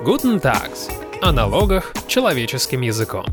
Guten Tags. О налогах человеческим языком.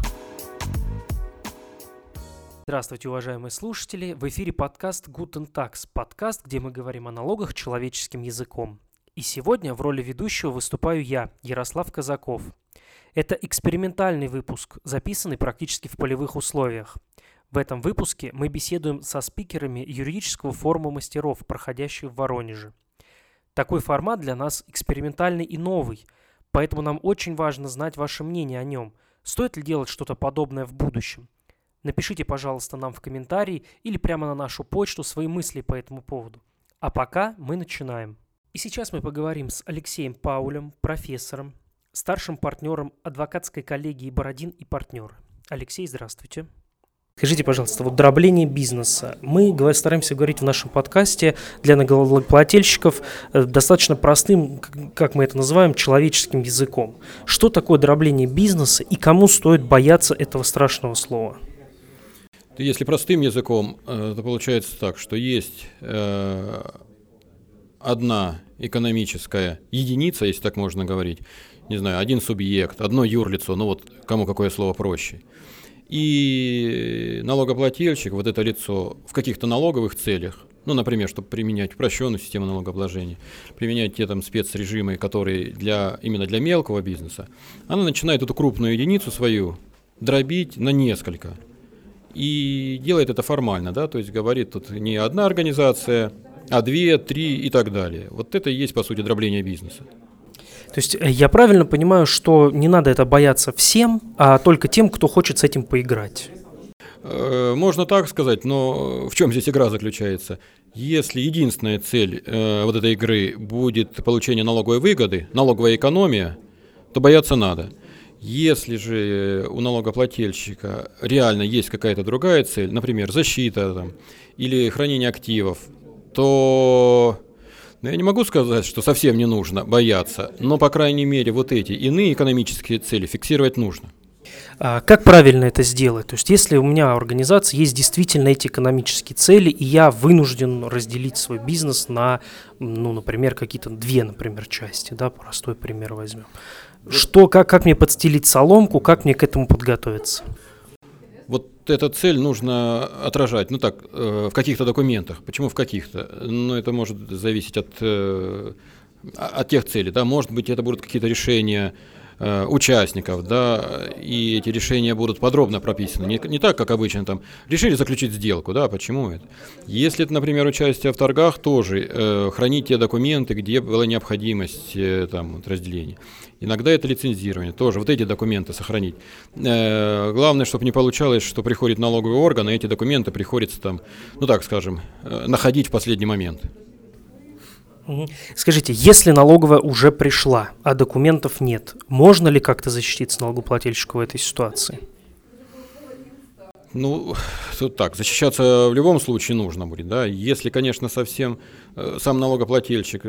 Здравствуйте, уважаемые слушатели! В эфире подкаст Guten Tags, подкаст, где мы говорим о налогах человеческим языком. И сегодня в роли ведущего выступаю я, Ярослав Казаков. Это экспериментальный выпуск, записанный практически в полевых условиях. В этом выпуске мы беседуем со спикерами юридического форума мастеров, проходящего в Воронеже. Такой формат для нас экспериментальный и новый, поэтому нам очень важно знать ваше мнение о нем. Стоит ли делать что-то подобное в будущем? Напишите, пожалуйста, нам в комментарии или прямо на нашу почту свои мысли по этому поводу. А пока мы начинаем. И сейчас мы поговорим с Алексеем Паулем, профессором, старшим партнером адвокатской коллегии «Бородин и партнеры». Алексей, здравствуйте. Скажите, пожалуйста, вот дробление бизнеса. Мы стараемся говорить в нашем подкасте для налогоплательщиков достаточно простым, как мы это называем, человеческим языком. Что такое дробление бизнеса и кому стоит бояться этого страшного слова? Если простым языком, то получается так, что есть одна экономическая единица, если так можно говорить, не знаю, один субъект, одно юрлицо, ну вот кому какое слово проще. И налогоплательщик, вот это лицо, в каких-то налоговых целях, ну, например, чтобы применять упрощенную систему налогообложения, применять те там спецрежимы, которые именно для мелкого бизнеса, она начинает эту крупную единицу свою дробить на несколько. И делает это формально, да, то есть говорит тут не одна организация, а две, три и так далее. Вот это и есть, по сути, дробление бизнеса. То есть я правильно понимаю, что не надо это бояться всем, а только тем, кто хочет с этим поиграть? Можно так сказать, но в чем здесь игра заключается? Если единственная цель вот этой игры будет получение налоговой выгоды, налоговая экономия, то бояться надо. Если же у налогоплательщика реально есть какая-то другая цель, например, защита там, или хранение активов, то я не могу сказать, что совсем не нужно бояться, но, по крайней мере, вот эти иные экономические цели фиксировать нужно. А как правильно это сделать? То есть если у меня организация есть действительно эти экономические цели, и я вынужден разделить свой бизнес на, например, какие-то две, части, да, простой пример возьмем. Как мне подстелить соломку, как мне к этому подготовиться? Вот эту цель нужно отражать, в каких-то документах. Почему в каких-то? Это может зависеть от тех целей. Да? Может быть, это будут какие-то решения участников, да, и эти решения будут подробно прописаны. Не так, как обычно, там, решили заключить сделку, да, почему это? Если это, например, участие в торгах, тоже хранить те документы, где была необходимость разделения. Иногда это лицензирование, тоже вот эти документы сохранить. Главное, чтобы не получалось, что приходит налоговый орган, и эти документы приходится находить в последний момент. Скажите, если налоговая уже пришла, а документов нет, можно ли как-то защититься налогоплательщику в этой ситуации? Защищаться в любом случае нужно будет, да. Если, конечно, совсем сам налогоплательщик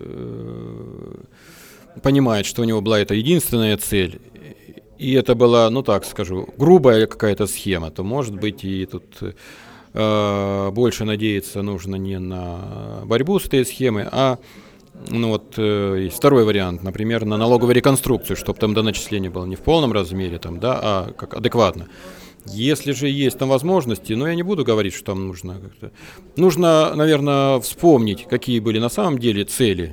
понимает, что у него была эта единственная цель, и это была, грубая какая-то схема, то, может быть, и тут больше надеяться нужно не на борьбу с этой схемой, а есть второй вариант, например, на налоговую реконструкцию, чтобы там доначисление было не в полном размере, а как адекватно. Если же есть там возможности, я не буду говорить, что там нужно как-то. Нужно, наверное, вспомнить, какие были на самом деле цели,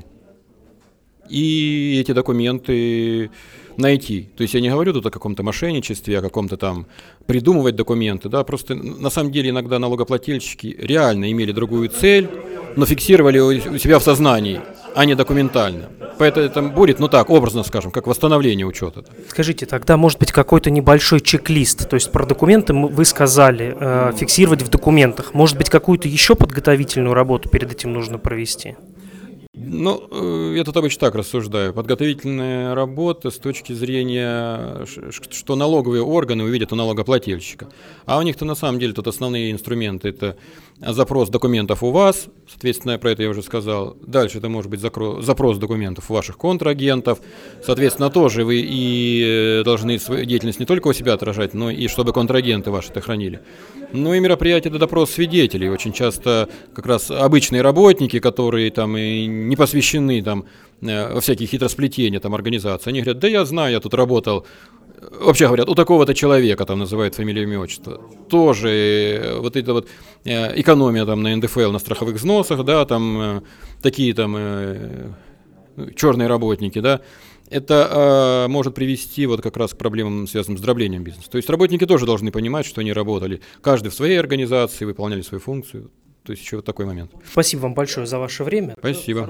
и эти документы найти. То есть я не говорю тут о каком-то мошенничестве, о каком-то там придумывать документы, да, просто на самом деле иногда налогоплательщики реально имели другую цель, но фиксировали у себя в сознании, а не документально. Поэтому это будет, образно скажем, как восстановление учета. Скажите, тогда может быть какой-то небольшой чек-лист, то есть про документы вы сказали, фиксировать в документах. Может быть, какую-то еще подготовительную работу перед этим нужно провести? Я тут обычно так рассуждаю. Подготовительная работа с точки зрения, что налоговые органы увидят у налогоплательщика. А у них-то на самом деле тут основные инструменты. Это запрос документов у вас, соответственно, про это я уже сказал. Дальше это может быть запрос документов у ваших контрагентов. Соответственно, тоже вы и должны свою деятельность не только у себя отражать, но и чтобы контрагенты ваши это хранили. Ну и мероприятие — это допрос свидетелей. Очень часто как раз обычные работники, которые там и не посвящены там во всякие хитросплетения там организации, они говорят: да я знаю, я тут работал. Вообще говорят, у такого-то человека, там называют фамилию, имя, отчество. Тоже вот эта вот экономия там на НДФЛ, на страховых взносах, да, там такие там черные работники, да, это может привести вот как раз к проблемам, связанным с дроблением бизнеса. То есть работники тоже должны понимать, что они работали, каждый в своей организации, выполняли свою функцию. То есть еще вот такой момент. Спасибо вам большое за ваше время. Спасибо.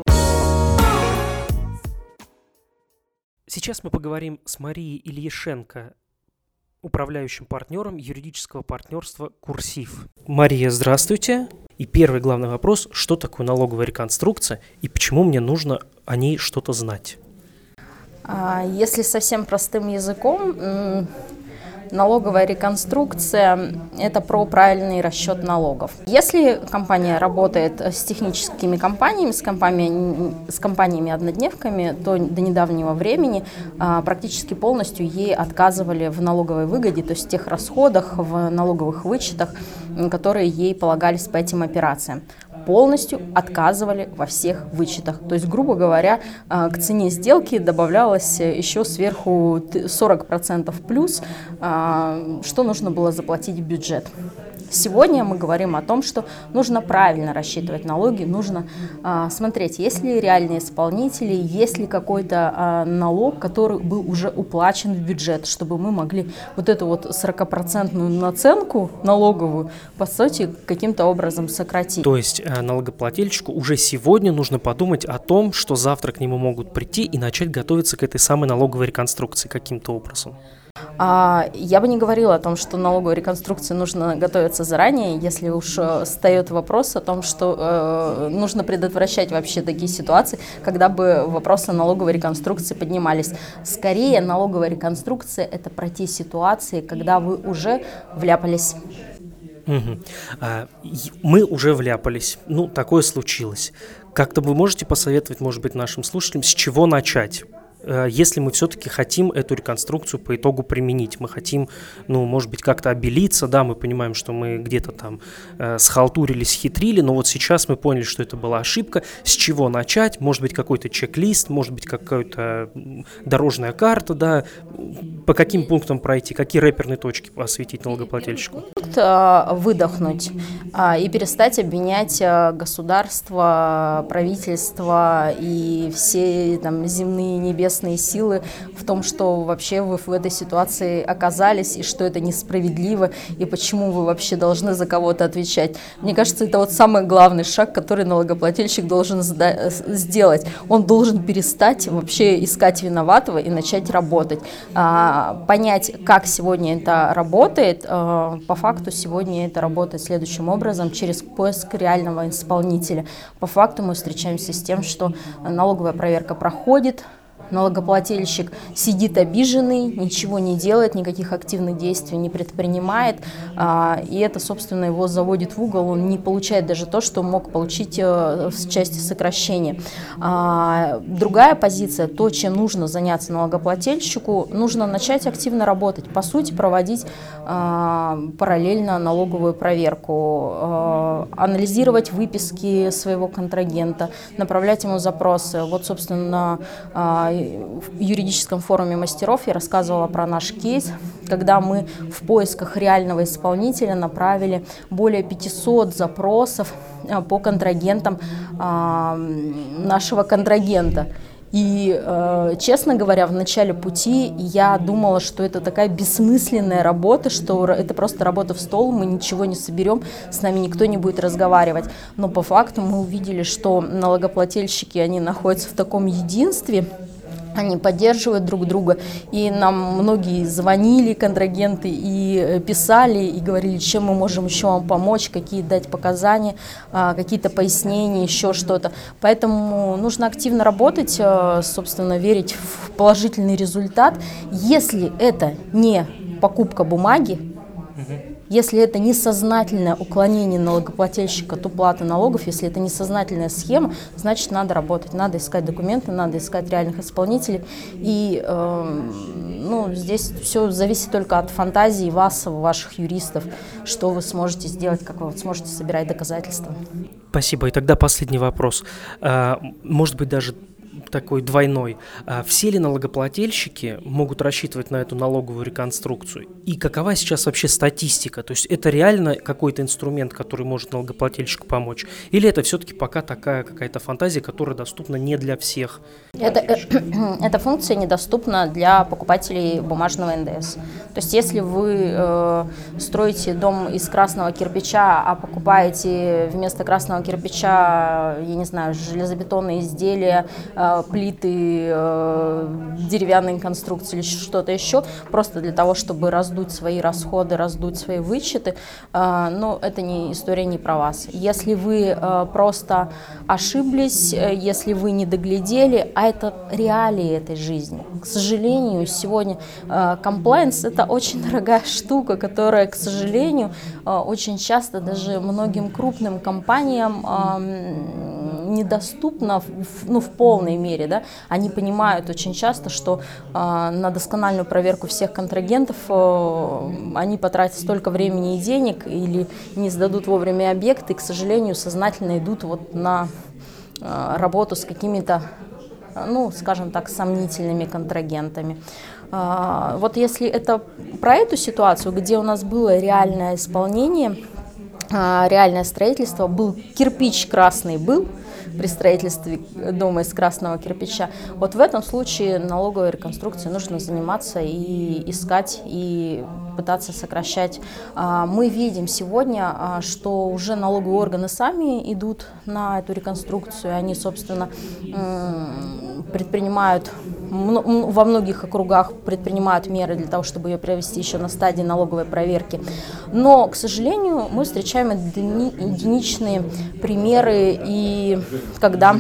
Сейчас мы поговорим с Марией Ильяшенко, управляющим партнером юридического партнерства «Курсив». Мария, здравствуйте. И первый главный вопрос: что такое налоговая реконструкция и почему мне нужно о ней что-то знать? Если совсем простым языком, налоговая реконструкция – это про правильный расчет налогов. Если компания работает с техническими компаниями, с компаниями-однодневками, то до недавнего времени практически полностью ей отказывали в налоговой выгоде, то есть в тех расходах, в налоговых вычетах, которые ей полагались по этим операциям. Полностью отказывали во всех вычетах. То есть, грубо говоря, к цене сделки добавлялось еще сверху 40% плюс, что нужно было заплатить в бюджет. Сегодня мы говорим о том, что нужно правильно рассчитывать налоги, нужно смотреть, есть ли реальные исполнители, есть ли какой-то налог, который был уже уплачен в бюджет, чтобы мы могли вот эту вот 40% наценку налоговую, по сути, каким-то образом сократить. То есть налогоплательщику уже сегодня нужно подумать о том, что завтра к нему могут прийти и начать готовиться к этой самой налоговой реконструкции каким-то образом. Я бы не говорила о том, что налоговой реконструкции нужно готовиться заранее, если уж встает вопрос о том, что нужно предотвращать вообще такие ситуации, когда бы вопросы налоговой реконструкции поднимались. Скорее, налоговая реконструкция – это про те ситуации, когда вы уже вляпались. Мы уже вляпались, такое случилось. Как-то вы можете посоветовать, может быть, нашим слушателям, с чего начать? Если мы все-таки хотим эту реконструкцию по итогу применить, мы хотим, может быть, как-то обелиться, да, мы понимаем, что мы где-то там схалтурили, схитрили, но вот сейчас мы поняли, что это была ошибка. С чего начать? Может быть, какой-то чек-лист, может быть, какая-то дорожная карта, да, по каким пунктам пройти, какие рэперные точки осветить налогоплательщику? Выдохнуть и перестать обвинять государство, правительство и все там земные, небесные силы в том, что вообще вы в этой ситуации оказались, и что это несправедливо, и почему вы вообще должны за кого-то отвечать. Мне кажется, это вот самый главный шаг, который налогоплательщик должен сделать. Он должен перестать вообще искать виноватого и начать работать. Понять, как сегодня это работает. По факту сегодня это работает следующим образом: через поиск реального исполнителя. По факту мы встречаемся с тем, что налоговая проверка проходит, налогоплательщик сидит обиженный, ничего не делает, никаких активных действий не предпринимает, и это, собственно, его заводит в угол, он не получает даже то, что мог получить в части сокращения. Другая позиция, то, чем нужно заняться налогоплательщику, нужно начать активно работать, по сути, проводить параллельно налоговую проверку, анализировать выписки своего контрагента, направлять ему запросы. Вот, собственно, в юридическом форуме мастеров я рассказывала про наш кейс, когда мы в поисках реального исполнителя направили более 500 запросов по контрагентам нашего контрагента. И, честно говоря, в начале пути я думала, что это такая бессмысленная работа, что это просто работа в стол, мы ничего не соберем, с нами никто не будет разговаривать. Но по факту мы увидели, что налогоплательщики, они находятся в таком единстве, они поддерживают друг друга, и нам многие звонили, контрагенты, и писали, и говорили, чем мы можем еще вам помочь, какие дать показания, какие-то пояснения, еще что-то. Поэтому нужно активно работать, собственно, верить в положительный результат. Если это не покупка бумаги, Если это несознательное уклонение налогоплательщика от уплаты налогов, если это несознательная схема, значит, надо работать, надо искать документы, надо искать реальных исполнителей. И здесь все зависит только от фантазии вас, ваших юристов, что вы сможете сделать, как вы сможете собирать доказательства. Спасибо. И тогда последний вопрос. Может быть, даже такой двойной. Все ли налогоплательщики могут рассчитывать на эту налоговую реконструкцию? И какова сейчас вообще статистика? То есть это реально какой-то инструмент, который может налогоплательщику помочь? Или это все-таки пока такая какая-то фантазия, которая доступна не для всех? Эта функция недоступна для покупателей бумажного НДС. То есть если вы строите дом из красного кирпича, а покупаете вместо красного кирпича, я не знаю, железобетонные изделия, плиты, деревянные конструкции или что-то еще, просто для того, чтобы раздуть свои расходы, раздуть свои вычеты, это история не про вас. Если вы просто ошиблись, если вы не доглядели, а это реалии этой жизни. К сожалению, сегодня комплайенс – это очень дорогая штука, которая, к сожалению, очень часто даже многим крупным компаниям недоступна в полной мере. Да? Они понимают очень часто, что на доскональную проверку всех контрагентов они потратят столько времени и денег или не сдадут вовремя объект, и, к сожалению, сознательно идут на работу с какими-то, скажем так, сомнительными контрагентами. Вот если это про эту ситуацию, где у нас было реальное исполнение, реальное строительство, был кирпич красный, при строительстве дома из красного кирпича. Вот в этом случае налоговой реконструкцией нужно заниматься и искать, и пытаться сокращать. Мы видим сегодня, что уже налоговые органы сами идут на эту реконструкцию. Они, собственно, предпринимают, во многих округах предпринимают меры для того, чтобы ее провести еще на стадии налоговой проверки. Но, к сожалению, мы встречаем единичные примеры, и когда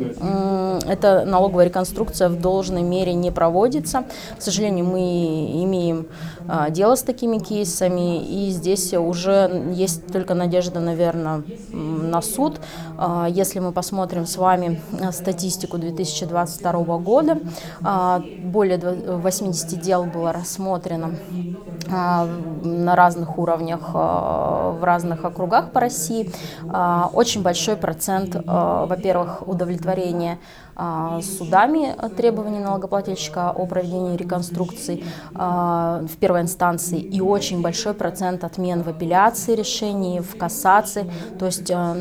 эта налоговая реконструкция в должной мере не проводится. К сожалению, мы имеем дело с такими кейсами, и здесь уже есть только надежда, наверное, на суд. Если мы посмотрим с вами статистику 2022 года, более 80 дел было рассмотрено на разных уровнях, в разных округах по России. Очень большой процент, во-первых, удовлетворения судами требований налогоплательщика о проведении реконструкций в первой инстанции, и очень большой процент отмен в апелляции решений, в кассации. То есть в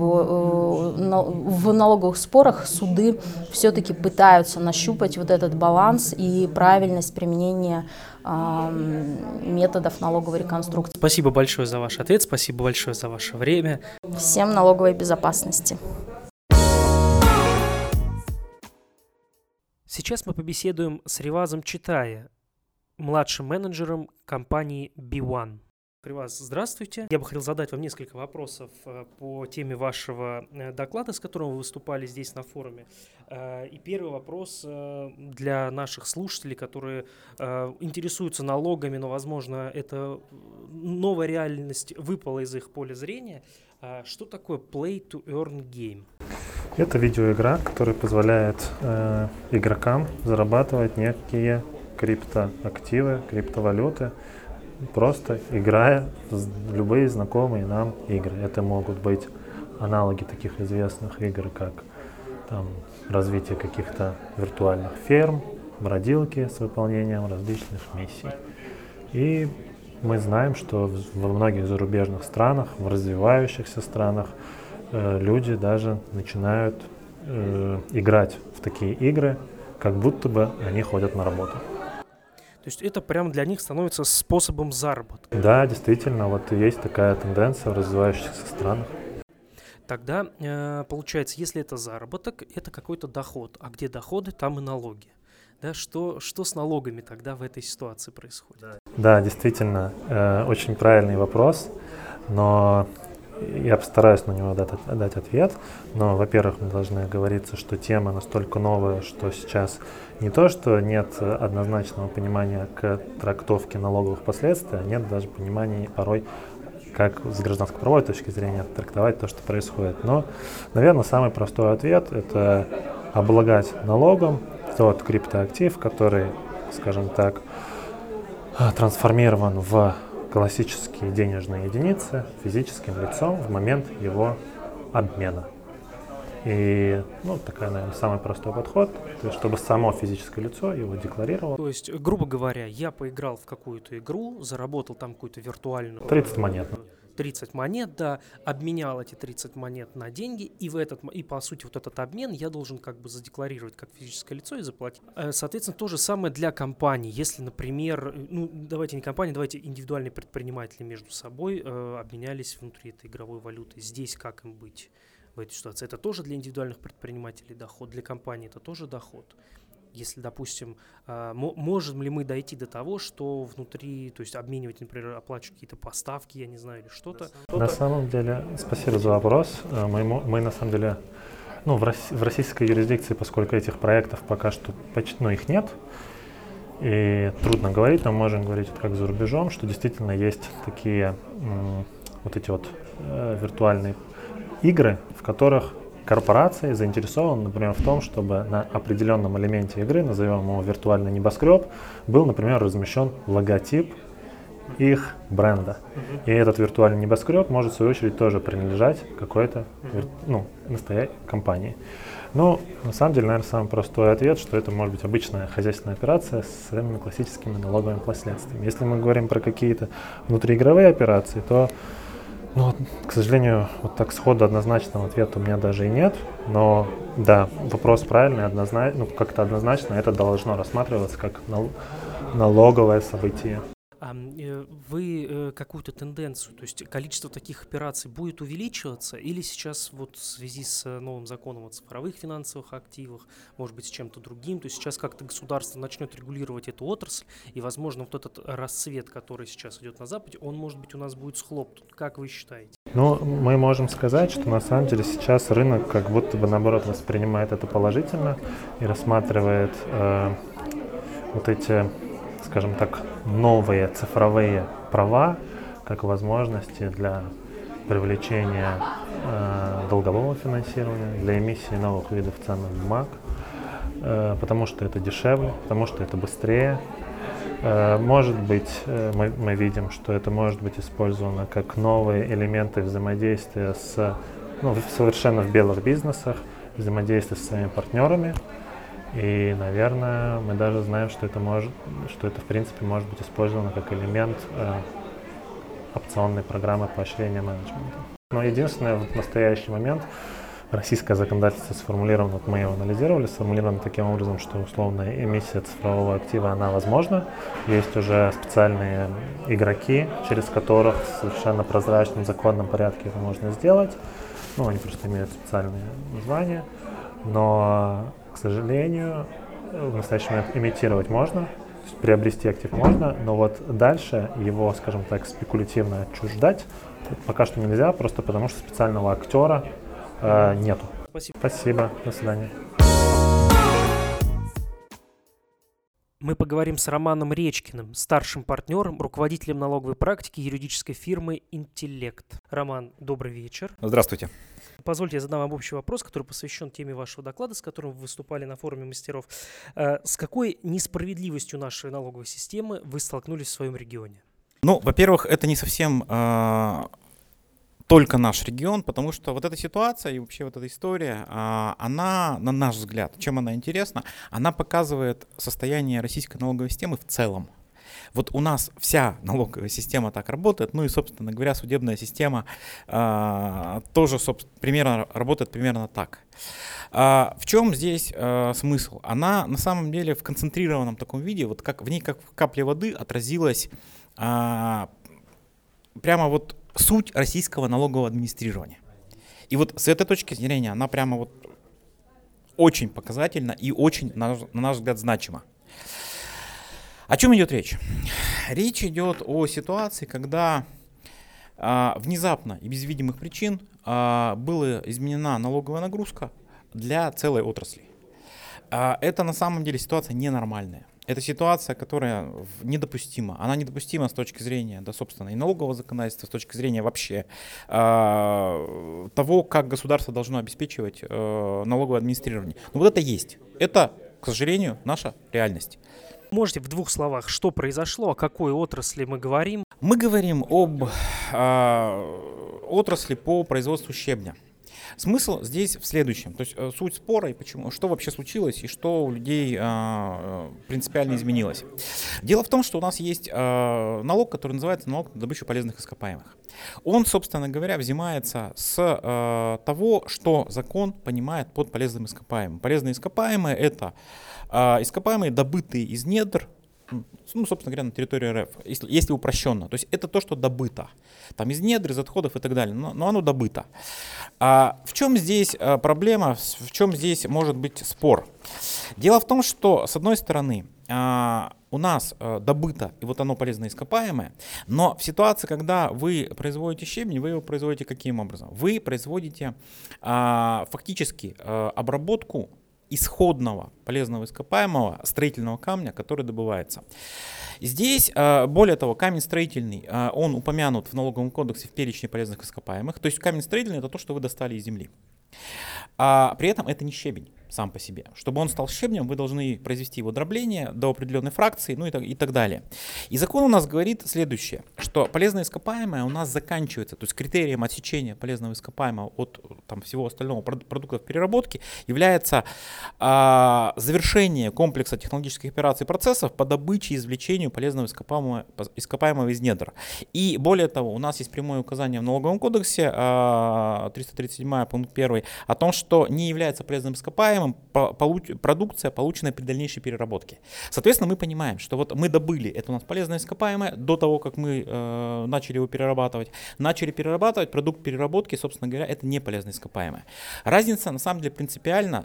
налоговых спорах суды все-таки пытаются нащупать вот этот баланс и правильность применения методов налоговой реконструкции. Спасибо большое за ваш ответ, спасибо большое за ваше время. Всем налоговой безопасности. Сейчас мы побеседуем с Ривазом Читая, младшим менеджером компании B1. Риваз, здравствуйте. Я бы хотел задать вам несколько вопросов по теме вашего доклада, с которым вы выступали здесь на форуме. И первый вопрос для наших слушателей, которые интересуются налогами, но, возможно, эта новая реальность выпала из их поля зрения. Что такое Play to Earn Game? Это видеоигра, которая позволяет игрокам зарабатывать некие криптоактивы, криптовалюты, просто играя в любые знакомые нам игры. Это могут быть аналоги таких известных игр, как развитие каких-то виртуальных ферм, бродилки с выполнением различных миссий. И мы знаем, что во многих зарубежных странах, в развивающихся странах, люди даже начинают играть в такие игры, как будто бы они ходят на работу. То есть это прямо для них становится способом заработка? Да, действительно, вот есть такая тенденция в развивающихся странах. Тогда, получается, если это заработок, это какой-то доход. А где доходы, там и налоги. Да, что с налогами тогда в этой ситуации происходит? Да, действительно, очень правильный вопрос, но я постараюсь на него дать ответ, но, во-первых, мы должны оговориться, что тема настолько новая, что сейчас не то, что нет однозначного понимания к трактовке налоговых последствий, а нет даже понимания порой, как с гражданско-правовой точки зрения трактовать то, что происходит. Но, наверное, самый простой ответ – это облагать налогом тот криптоактив, который, скажем так, трансформирован в классические денежные единицы физическим лицом в момент его обмена. И, такой, наверное, самый простой подход, то есть, чтобы само физическое лицо его декларировало. То есть, грубо говоря, я поиграл в какую-то игру, заработал там какую-то виртуальную... 30 монет. 30 монет, да, обменял эти 30 монет на деньги, и по сути вот этот обмен я должен как бы задекларировать как физическое лицо и заплатить. Соответственно, то же самое для компаний. Если, например, давайте не компании, давайте индивидуальные предприниматели между собой обменялись внутри этой игровой валюты. Здесь как им быть в этой ситуации? Это тоже для индивидуальных предпринимателей доход, для компаний это тоже доход. Если, допустим, можем ли мы дойти до того, что внутри, то есть обменивать, например, оплачивать какие-то поставки, я не знаю, или что-то? На самом деле, спасибо за вопрос. Мы на самом деле, в российской юрисдикции, поскольку этих проектов пока что их нет, и трудно говорить, но можем говорить как за рубежом, что действительно есть такие вот эти вот виртуальные игры, в которых корпорации заинтересованы, например, в том, чтобы на определенном элементе игры, назовем его виртуальный небоскреб, был, например, размещен логотип их бренда. И этот виртуальный небоскреб может, в свою очередь, тоже принадлежать какой-то настоящей компании. На самом деле, наверное, самый простой ответ, что это может быть обычная хозяйственная операция с самыми классическими налоговыми последствиями. Если мы говорим про какие-то внутриигровые операции, то к сожалению, вот так сходу однозначного ответа у меня даже и нет, но да, вопрос правильный, как-то однозначно это должно рассматриваться как налоговое событие. Вы какую-то тенденцию, то есть количество таких операций будет увеличиваться или сейчас вот в связи с новым законом о цифровых финансовых активах, может быть, с чем-то другим, то есть сейчас как-то государство начнет регулировать эту отрасль, и, возможно, вот этот расцвет, который сейчас идет на Западе, он, может быть, у нас будет схлопнут. Как вы считаете? Мы можем сказать, что на самом деле сейчас рынок как будто бы, наоборот, воспринимает это положительно и рассматривает вот эти, скажем так, новые цифровые права как возможности для привлечения долгового финансирования, для эмиссии новых видов ценных бумаг, потому что это дешевле, потому что это быстрее. Может быть, мы видим, что это может быть использовано как новые элементы взаимодействия совершенно в белых бизнесах, взаимодействия с своими партнерами. И, наверное, мы даже знаем, что это в принципе может быть использовано как элемент опционной программы поощрения менеджмента. Но единственное, в настоящий момент российское законодательство сформулировано, мы его анализировали, сформулировано таким образом, что условная эмиссия цифрового актива, она возможна. Есть уже специальные игроки, через которых в совершенно прозрачном законном порядке это можно сделать. Они просто имеют специальные названия. Но, к сожалению, в настоящий момент имитировать можно, приобрести актив можно, но вот дальше его, скажем так, спекулятивно отчуждать пока что нельзя, просто потому что специального актера нету. Спасибо. До свидания. Мы поговорим с Романом Речкиным, старшим партнером, руководителем налоговой практики юридической фирмы «Интеллект». Роман, добрый вечер. Здравствуйте. Позвольте, я задам вам общий вопрос, который посвящен теме вашего доклада, с которым вы выступали на форуме мастеров. С какой несправедливостью нашей налоговой системы вы столкнулись в своем регионе? Во-первых, это не совсем только наш регион, потому что вот эта ситуация и вообще вот эта история, она, на наш взгляд, чем она интересна, она показывает состояние российской налоговой системы в целом. Вот у нас вся налоговая система так работает, и, собственно говоря, судебная система тоже, работает примерно так. В чем здесь смысл? Она на самом деле в концентрированном таком виде, вот как в ней как в капле воды отразилась прямо вот суть российского налогового администрирования. И вот с этой точки зрения она прямо вот очень показательна и очень, на наш взгляд, значима. О чем идет речь? Речь идет о ситуации, когда внезапно и без видимых причин была изменена налоговая нагрузка для целой отрасли. Это на самом деле ситуация ненормальная. Это ситуация, которая недопустима. Она недопустима с точки зрения, да, собственно, и налогового законодательства, с точки зрения вообще того, как государство должно обеспечивать налоговое администрирование. Но вот это есть. Это, к сожалению, наша реальность. Можете в 2 словах, что произошло, о какой отрасли мы говорим? Мы говорим об отрасли по производству щебня. Смысл здесь в следующем. То есть суть спора и почему, что вообще случилось и что у людей принципиально изменилось. Дело в том, что у нас есть налог, который называется налог на добычу полезных ископаемых. Он, собственно говоря, взимается с того, что закон понимает под полезным ископаемым. Полезные ископаемые — это ископаемые, добытые из недр, ну, собственно говоря, на территории РФ, если упрощенно. То есть это то, что добыто. Там из недр, из отходов и так далее, но оно добыто. А в чем здесь проблема, в чем здесь может быть спор? Дело в том, что, с одной стороны, у нас добыто, и вот оно полезно ископаемое, но в ситуации, когда вы производите щебень, вы его производите каким образом? Вы производите фактически обработку исходного полезного ископаемого строительного камня, который добывается. Здесь, более того, камень строительный, он упомянут в налоговом кодексе в перечне полезных ископаемых. То есть камень строительный — это то, что вы достали из земли. При этом это не щебень сам по себе. Чтобы он стал щебнем, вы должны произвести его дробление до определенной фракции, ну и так далее. И закон у нас говорит следующее, что полезное ископаемое у нас заканчивается, то есть критерием отсечения полезного ископаемого от там, всего остального продуктов переработки является завершение комплекса технологических операций и процессов по добыче и извлечению полезного ископаемого из недр. И более того, у нас есть прямое указание в налоговом кодексе 337 пункт 1 о том, что не является полезным ископаемым продукция, полученная при дальнейшей переработке. Соответственно, мы понимаем, что вот мы добыли, это у нас полезное ископаемое, до того, как мы начали его перерабатывать. Начали перерабатывать, продукт переработки, собственно говоря, это не полезное ископаемое. Разница, на самом деле, принципиальна.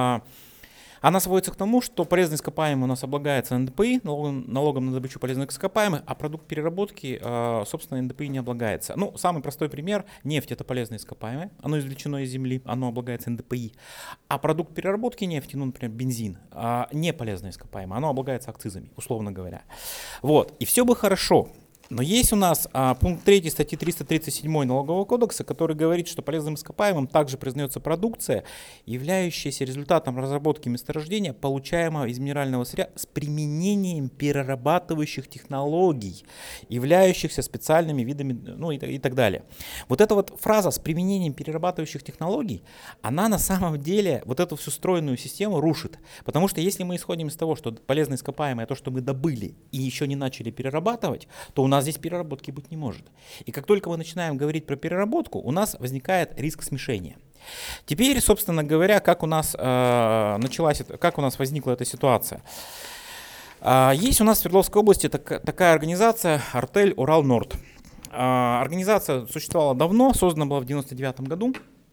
Она сводится к тому, что полезный ископаемый у нас облагается НДПИ, налогом на добычу полезных ископаемых, а продукт переработки, собственно, НДПИ не облагается. Ну, самый простой пример: нефть — это полезное ископаемое, оно извлечено из земли, оно облагается НДПИ. А продукт переработки нефти, ну, например, бензин, не полезное ископаемое, оно облагается акцизами, условно говоря. Вот, и все бы хорошо. Но есть у нас пункт 3 статьи 337 Налогового кодекса, который говорит, что полезным ископаемым также признается продукция, являющаяся результатом разработки месторождения, получаемого из минерального сырья с применением перерабатывающих технологий, являющихся специальными видами, ну и так далее. Вот эта вот фраза «с применением перерабатывающих технологий», она на самом деле вот эту всю стройную систему рушит. Потому что если мы исходим из того, что полезное ископаемое — то, что мы добыли и еще не начали перерабатывать, то у нас здесь переработки быть не может. И как только мы начинаем говорить про переработку, у нас возникает риск смешения. Теперь, собственно говоря, как у нас возникла эта ситуация. Есть у нас в Свердловской области такая организация «Артель Урал-Норд». Организация существовала давно, создана была в 1999 году.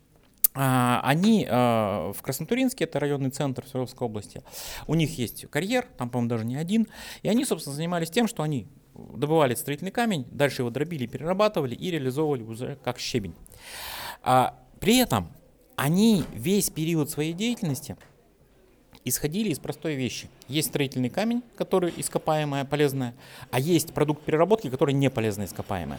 Они в Краснотурьинске, это районный центр Свердловской области, у них есть карьер, там, по-моему, даже не один, и они, собственно, занимались тем, что они добывали строительный камень, дальше его дробили, перерабатывали и реализовывали уже как щебень. При этом они весь период своей деятельности исходили из простой вещи. Есть строительный камень, который ископаемое, полезное, а есть продукт переработки, который не полезное, ископаемое.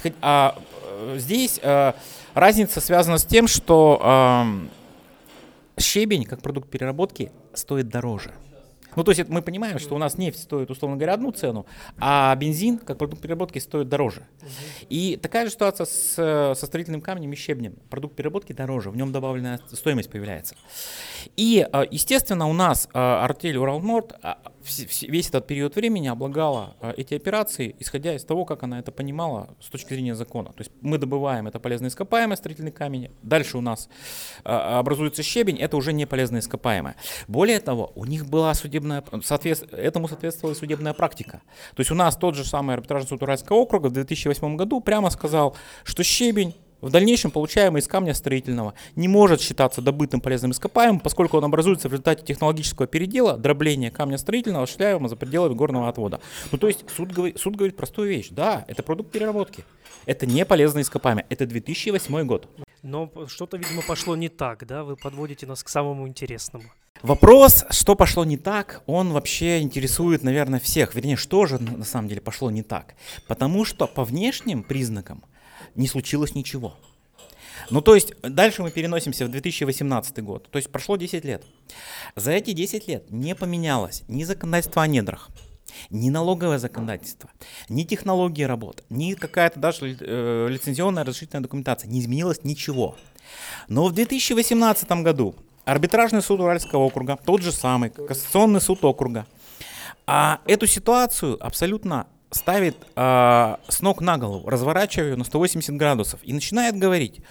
Здесь разница связана с тем, что щебень, как продукт переработки, стоит дороже. Ну, то есть мы понимаем, что у нас нефть стоит, условно говоря, одну цену, а бензин, как продукт переработки, стоит дороже. И такая же ситуация со строительным камнем и щебнем. Продукт переработки дороже, в нем добавленная стоимость появляется. И, естественно, у нас артель Урал-Норд весь этот период времени облагала эти операции, исходя из того, как она это понимала с точки зрения закона. То есть мы добываем это полезное ископаемое, строительный камень, дальше у нас образуется щебень, это уже не полезное ископаемое. Более того, у них была этому соответствовала судебная практика. То есть у нас тот же самый арбитражный суд Уральского округа в 2008 году прямо сказал, что щебень в дальнейшем получаемый из камня строительного не может считаться добытым полезным ископаемым, поскольку он образуется в результате технологического передела, дробления камня строительного, осуществляемого за пределами горного отвода. Ну, то есть суд говорит простую вещь. Да, это продукт переработки. Это не полезное ископаемое. Это 2008 год. Но что-то, видимо, пошло не так, да? Вы подводите нас к самому интересному. Вопрос, что пошло не так, он вообще интересует, наверное, всех. Вернее, что же на самом деле пошло не так? Потому что по внешним признакам не случилось ничего. Ну, то есть, дальше мы переносимся в 2018 год. То есть, прошло 10 лет. За эти 10 лет не поменялось ни законодательство о недрах, ни налоговое законодательство, ни технологии работы, ни какая-то даже лицензионная разрешительная документация. Не изменилось ничего. Но в 2018 году арбитражный суд Уральского округа, тот же самый, Кассационный суд округа, эту ситуацию абсолютно ставит с ног на голову, разворачивая ее на 180 градусов и начинает говорить: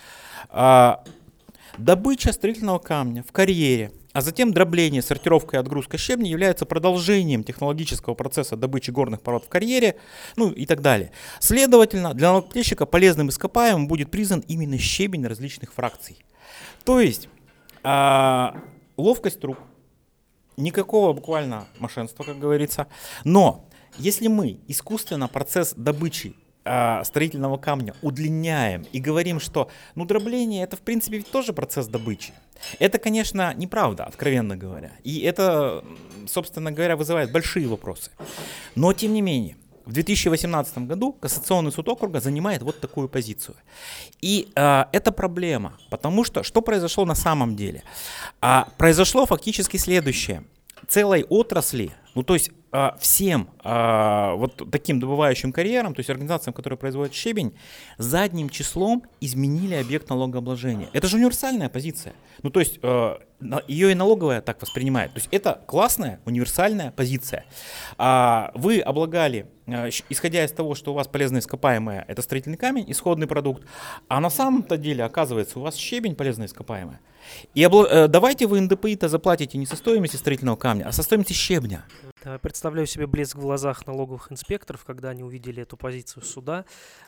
добыча строительного камня в карьере, а затем дробление, сортировка и отгрузка щебня является продолжением технологического процесса добычи горных пород в карьере, ну и так далее. Следовательно, для налогоплательщика полезным ископаемым будет признан именно щебень различных фракций. То есть ловкость рук, никакого буквально мошенства, как говорится, но если мы искусственно процесс добычи строительного камня удлиняем и говорим, что дробление это в принципе ведь тоже процесс добычи, это, конечно, неправда, откровенно говоря. И это, собственно говоря, вызывает большие вопросы. Но, тем не менее, в 2018 году Кассационный суд округа занимает вот такую позицию. И это проблема, потому что произошло на самом деле? Произошло фактически следующее. Целой отрасли, то есть всем вот таким добывающим карьерам, то есть организациям, которые производят щебень, задним числом изменили объект налогообложения. Это же универсальная позиция. То есть ее и налоговая так воспринимает. То есть это классная универсальная позиция. Вы облагали, исходя из того, что у вас полезное ископаемое, это строительный камень, исходный продукт, а на самом-то деле, оказывается, у вас щебень полезное ископаемое. И давайте вы НДПИ-то заплатите не со стоимости строительного камня, а со стоимости щебня. Да, представляю себе блеск в глазах налоговых инспекторов, когда они увидели эту позицию суда.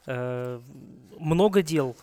Много дел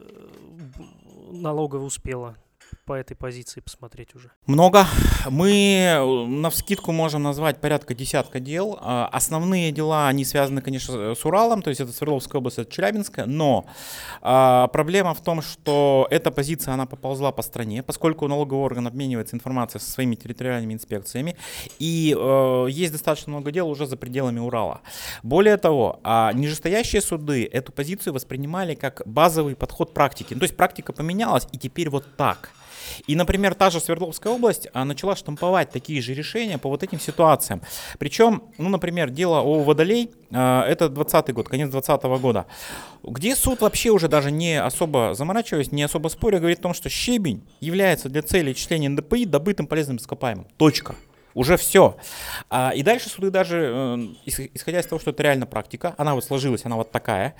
налоговая успела по этой позиции посмотреть уже? Много. Мы навскидку можем назвать порядка десятка дел. Основные дела, они связаны, конечно, с Уралом, то есть это Свердловская область, это Челябинская, но проблема в том, что эта позиция, она поползла по стране, поскольку налоговый орган обменивается информацией со своими территориальными инспекциями, и есть достаточно много дел уже за пределами Урала. Более того, нижестоящие суды эту позицию воспринимали как базовый подход практики. То есть практика поменялась, и теперь вот так. И, например, та же Свердловская область начала штамповать такие же решения по вот этим ситуациям. Причем, например, дело о Водолей, это 20-й год, конец 20-го года, где суд вообще уже даже не особо заморачиваясь, не особо споря, говорит о том, что щебень является для цели исчисления НДПИ добытым полезным ископаемым. Точка. Уже все. И дальше суды даже, исходя из того, что это реально практика, она вот сложилась, она вот такая.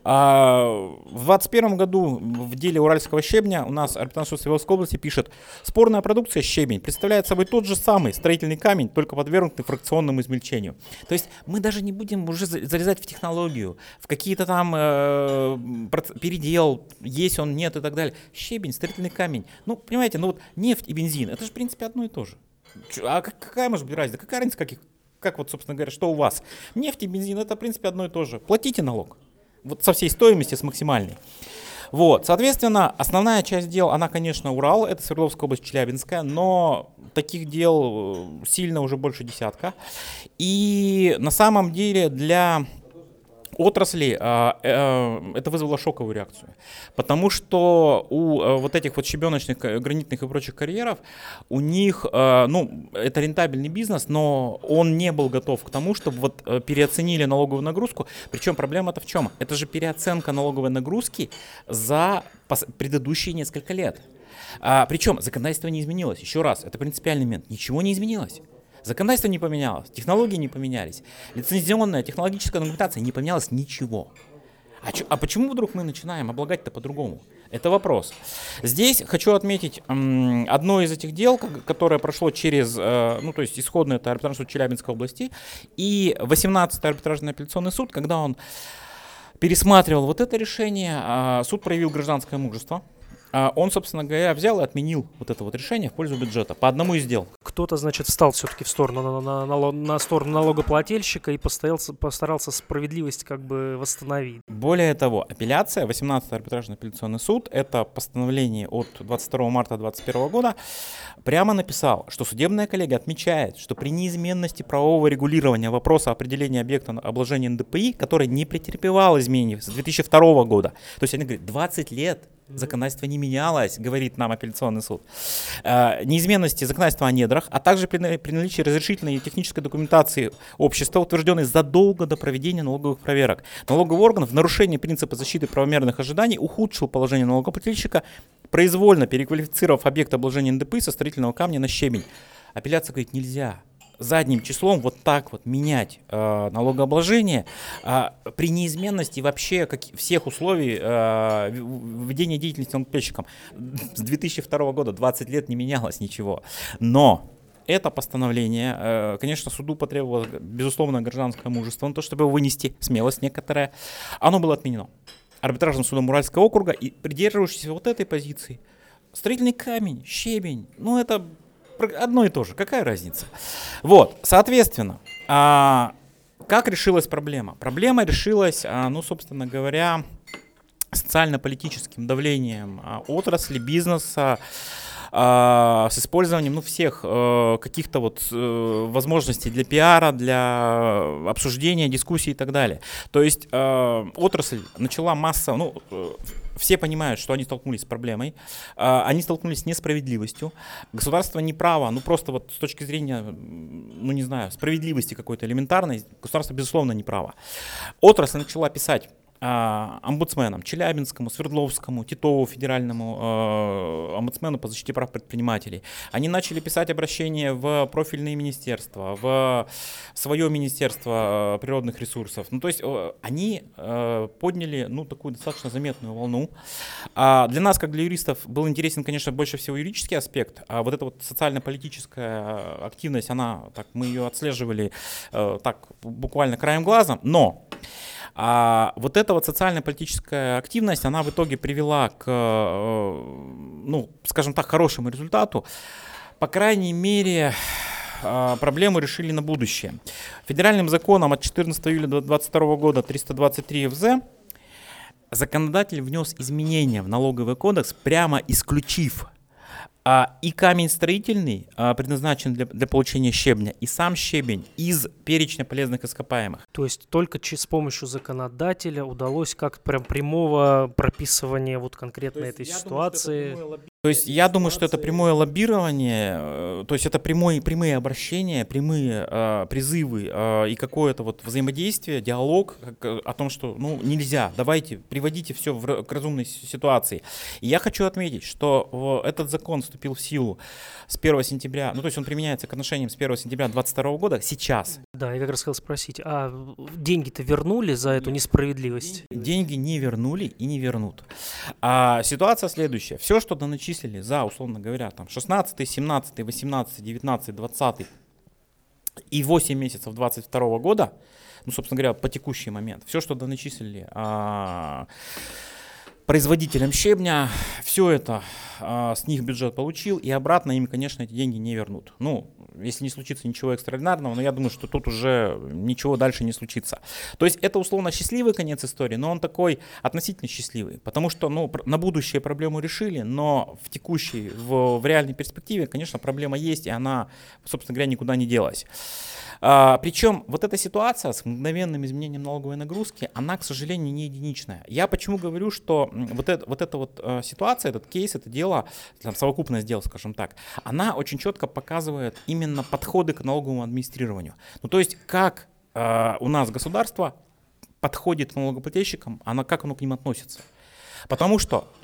В 2021 году в деле уральского щебня у нас арбитражный суд Свердловской области пишет: спорная продукция щебень представляет собой тот же самый строительный камень, только подвергнутый фракционному измельчению. То есть мы даже не будем уже залезать в технологию, в какие-то там передел, есть он, нет и так далее. Щебень, строительный камень. Понимаете, нефть и бензин, это же в принципе одно и то же. А какая может быть разница? Какая разница, как вот, собственно говоря, что у вас? Нефть и бензин, это, в принципе, одно и то же. Платите налог. Вот со всей стоимости, с максимальной. Вот, соответственно, основная часть дел, она, конечно, Урал, это Свердловская область, Челябинская, но таких дел сильно уже больше десятка. И на самом деле для отрасли это вызвало шоковую реакцию, потому что у вот этих вот щебеночных, гранитных и прочих карьеров, у них, это рентабельный бизнес, но он не был готов к тому, чтобы вот переоценили налоговую нагрузку. Причем проблема-то в чем? Это же переоценка налоговой нагрузки за предыдущие несколько лет. Причем законодательство не изменилось. Еще раз, это принципиальный момент. Ничего не изменилось. Законодательство не поменялось, технологии не поменялись, лицензионная, технологическая документация не поменялась, ничего. А почему вдруг мы начинаем облагать-то по-другому? Это вопрос. Здесь хочу отметить одно из этих дел, которое прошло через, то есть исходно это арбитражный суд Челябинской области и 18-й арбитражный апелляционный суд, когда он пересматривал вот это решение, суд проявил гражданское мужество. Он, собственно говоря, взял и отменил вот это вот решение в пользу бюджета по одному из дел. Кто-то, значит, встал все-таки в сторону на сторону налогоплательщика и постарался справедливость как бы восстановить. Более того, апелляция, 18-й арбитражный апелляционный суд, это постановление от 22 марта 2021 года, прямо написал, что судебная коллегия отмечает, что при неизменности правового регулирования вопроса определения объекта обложения НДПИ, который не претерпевал изменений с 2002 года, то есть они говорят, 20 лет законодательство не менялось, говорит нам апелляционный суд. Неизменности законодательства о недрах, а также при наличии разрешительной и технической документации общества, утвержденной задолго до проведения налоговых проверок. Налоговый орган в нарушении принципа защиты правомерных ожиданий ухудшил положение налогоплательщика, произвольно переквалифицировав объект обложения НДПИ со строительного камня на щебень. Апелляция говорит, нельзя задним числом вот так вот менять налогообложение при неизменности вообще всех условий ведения деятельности налогоплательщиком. С 2002 года 20 лет не менялось ничего. Но это постановление, конечно, суду потребовалось, безусловно, гражданское мужество, на то, чтобы его вынести, смелость некоторая. Оно было отменено арбитражным судом Уральского округа, и придерживающийся вот этой позиции, строительный камень, щебень, ну это одно и то же, какая разница? Вот, соответственно, как решилась проблема? Проблема решилась, ну, собственно говоря, социально-политическим давлением отрасли, бизнеса, с использованием всех каких-то вот возможностей для пиара, для обсуждения, дискуссий и так далее. То есть отрасль начала масса, все понимают, что они столкнулись с проблемой, они столкнулись с несправедливостью. Государство не право, просто вот с точки зрения, не знаю, справедливости какой-то элементарной, государство, безусловно, не право. Отрасль начала писать омбудсменам Челябинскому, Свердловскому, Титову федеральному омбудсмену по защите прав предпринимателей. Они начали писать обращения в профильные министерства, в свое министерство природных ресурсов. То есть они подняли такую достаточно заметную волну. Для нас, как для юристов, был интересен, конечно, больше всего юридический аспект, а вот эта вот социально-политическая активность, мы ее отслеживали буквально краем глаза, но вот эта вот социально-политическая активность, она в итоге привела к, скажем так, хорошему результату. По крайней мере, проблему решили на будущее. Федеральным законом от 14 июля 2022 года 323 ФЗ законодатель внес изменения в налоговый кодекс, прямо исключив и камень строительный, предназначен для получения щебня, и сам щебень из перечня полезных ископаемых. То есть только с помощью законодателя удалось как прям прямого прописывания вот конкретно этой ситуации. То есть я думаю, что это прямое лоббирование, то есть это прямые обращения, прямые призывы и какое-то вот взаимодействие, диалог о том, что нельзя, давайте, приводите все к разумной ситуации. И я хочу отметить, что этот закон вступил в силу с 1 сентября, то есть он применяется к отношениям с 1 сентября 2022 года сейчас. Да, я как раз хотел спросить, а деньги-то вернули за эту несправедливость? Деньги не вернули и не вернут. Ситуация следующая. Все, что доначислили за, условно говоря, 16, 17, 18, 19, 20 и 8 месяцев 22 года, собственно говоря, по текущий момент, все, что доначислили производителям щебня, все это с них бюджет получил, и обратно им, конечно, эти деньги не вернут. Если не случится ничего экстраординарного, но я думаю, что тут уже ничего дальше не случится. То есть это условно счастливый конец истории, но он такой относительно счастливый, потому что на будущее проблему решили, но в текущей, в реальной перспективе, конечно, проблема есть, и она, собственно говоря, никуда не делась. Причем вот эта ситуация с мгновенным изменением налоговой нагрузки, она, к сожалению, не единичная. Я почему говорю, что вот эта ситуация, этот кейс, это дело, совокупность дел, скажем так, она очень четко показывает именно подходы к налоговому администрированию. То есть как у нас государство подходит к налогоплательщикам, как оно к ним относится. Потому что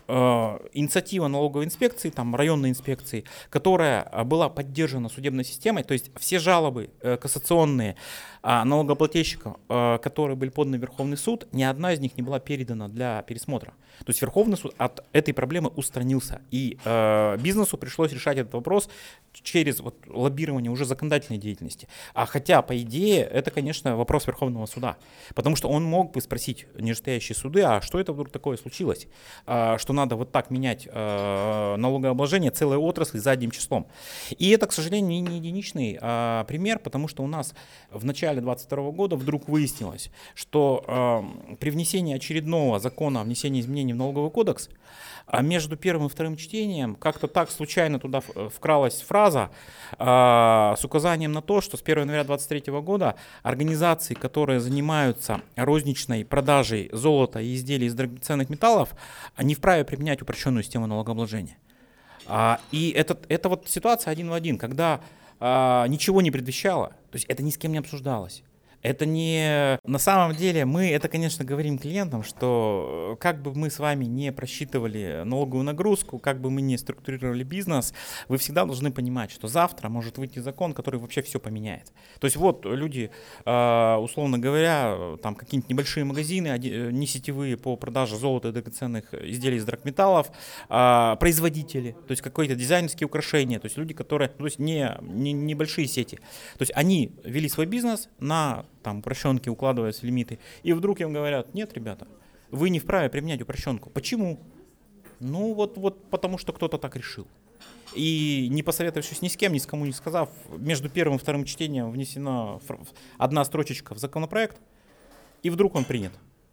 инициатива налоговой инспекции, там районной инспекции, которая была поддержана судебной системой, то есть все жалобы кассационные налогоплательщиков, которые были поданы в Верховный суд, ни одна из них не была передана для пересмотра. То есть Верховный суд от этой проблемы устранился, и бизнесу пришлось решать этот вопрос через вот лоббирование уже законодательной деятельности. Хотя, по идее, это, конечно, вопрос Верховного суда, потому что он мог бы спросить нижестоящие суды, а что это вдруг такое случилось, что надо вот так менять налогообложение целой отрасли задним числом. И это, к сожалению, не единичный пример, потому что у нас в начале 2022 года вдруг выяснилось, что при внесении очередного закона о внесении изменений в налоговый кодекс, между первым и вторым чтением как-то так случайно туда вкралась фраза с указанием на то, что с 1 января 2023 года организации, которые занимаются розничной продажей золота и изделий из драгоценных металлов, не вправе применять упрощенную систему налогообложения. И это вот ситуация один в один, когда ничего не предвещало, то есть это ни с кем не обсуждалось. Это не... На самом деле мы это, конечно, говорим клиентам, что как бы мы с вами не просчитывали налоговую нагрузку, как бы мы не структурировали бизнес, вы всегда должны понимать, что завтра может выйти закон, который вообще все поменяет. То есть вот люди, условно говоря, там какие-нибудь небольшие магазины, не сетевые по продаже золота и драгоценных изделий из драгметаллов, производители, то есть какие-то дизайнерские украшения, то есть люди, которые, то есть не небольшие сети, то есть они вели свой бизнес на там упрощенки, укладываясь в лимиты, и вдруг им говорят: нет, ребята, вы не вправе применять упрощенку. Почему? Ну вот потому что кто-то так решил. И не посоветовавшись ни с кем, ни с кому не сказав, между первым и вторым чтением внесена одна строчечка в законопроект, и вдруг он принят.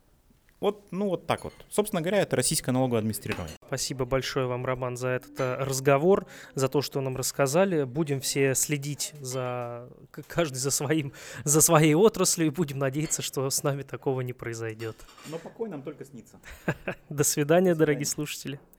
Вот так вот. Собственно говоря, это российское налоговое администрирование. Спасибо большое вам, Роман, за этот разговор, за то, что нам рассказали. Будем все следить каждый за своей отраслью, и будем надеяться, что с нами такого не произойдет. Но покой нам только снится. До свидания, дорогие слушатели.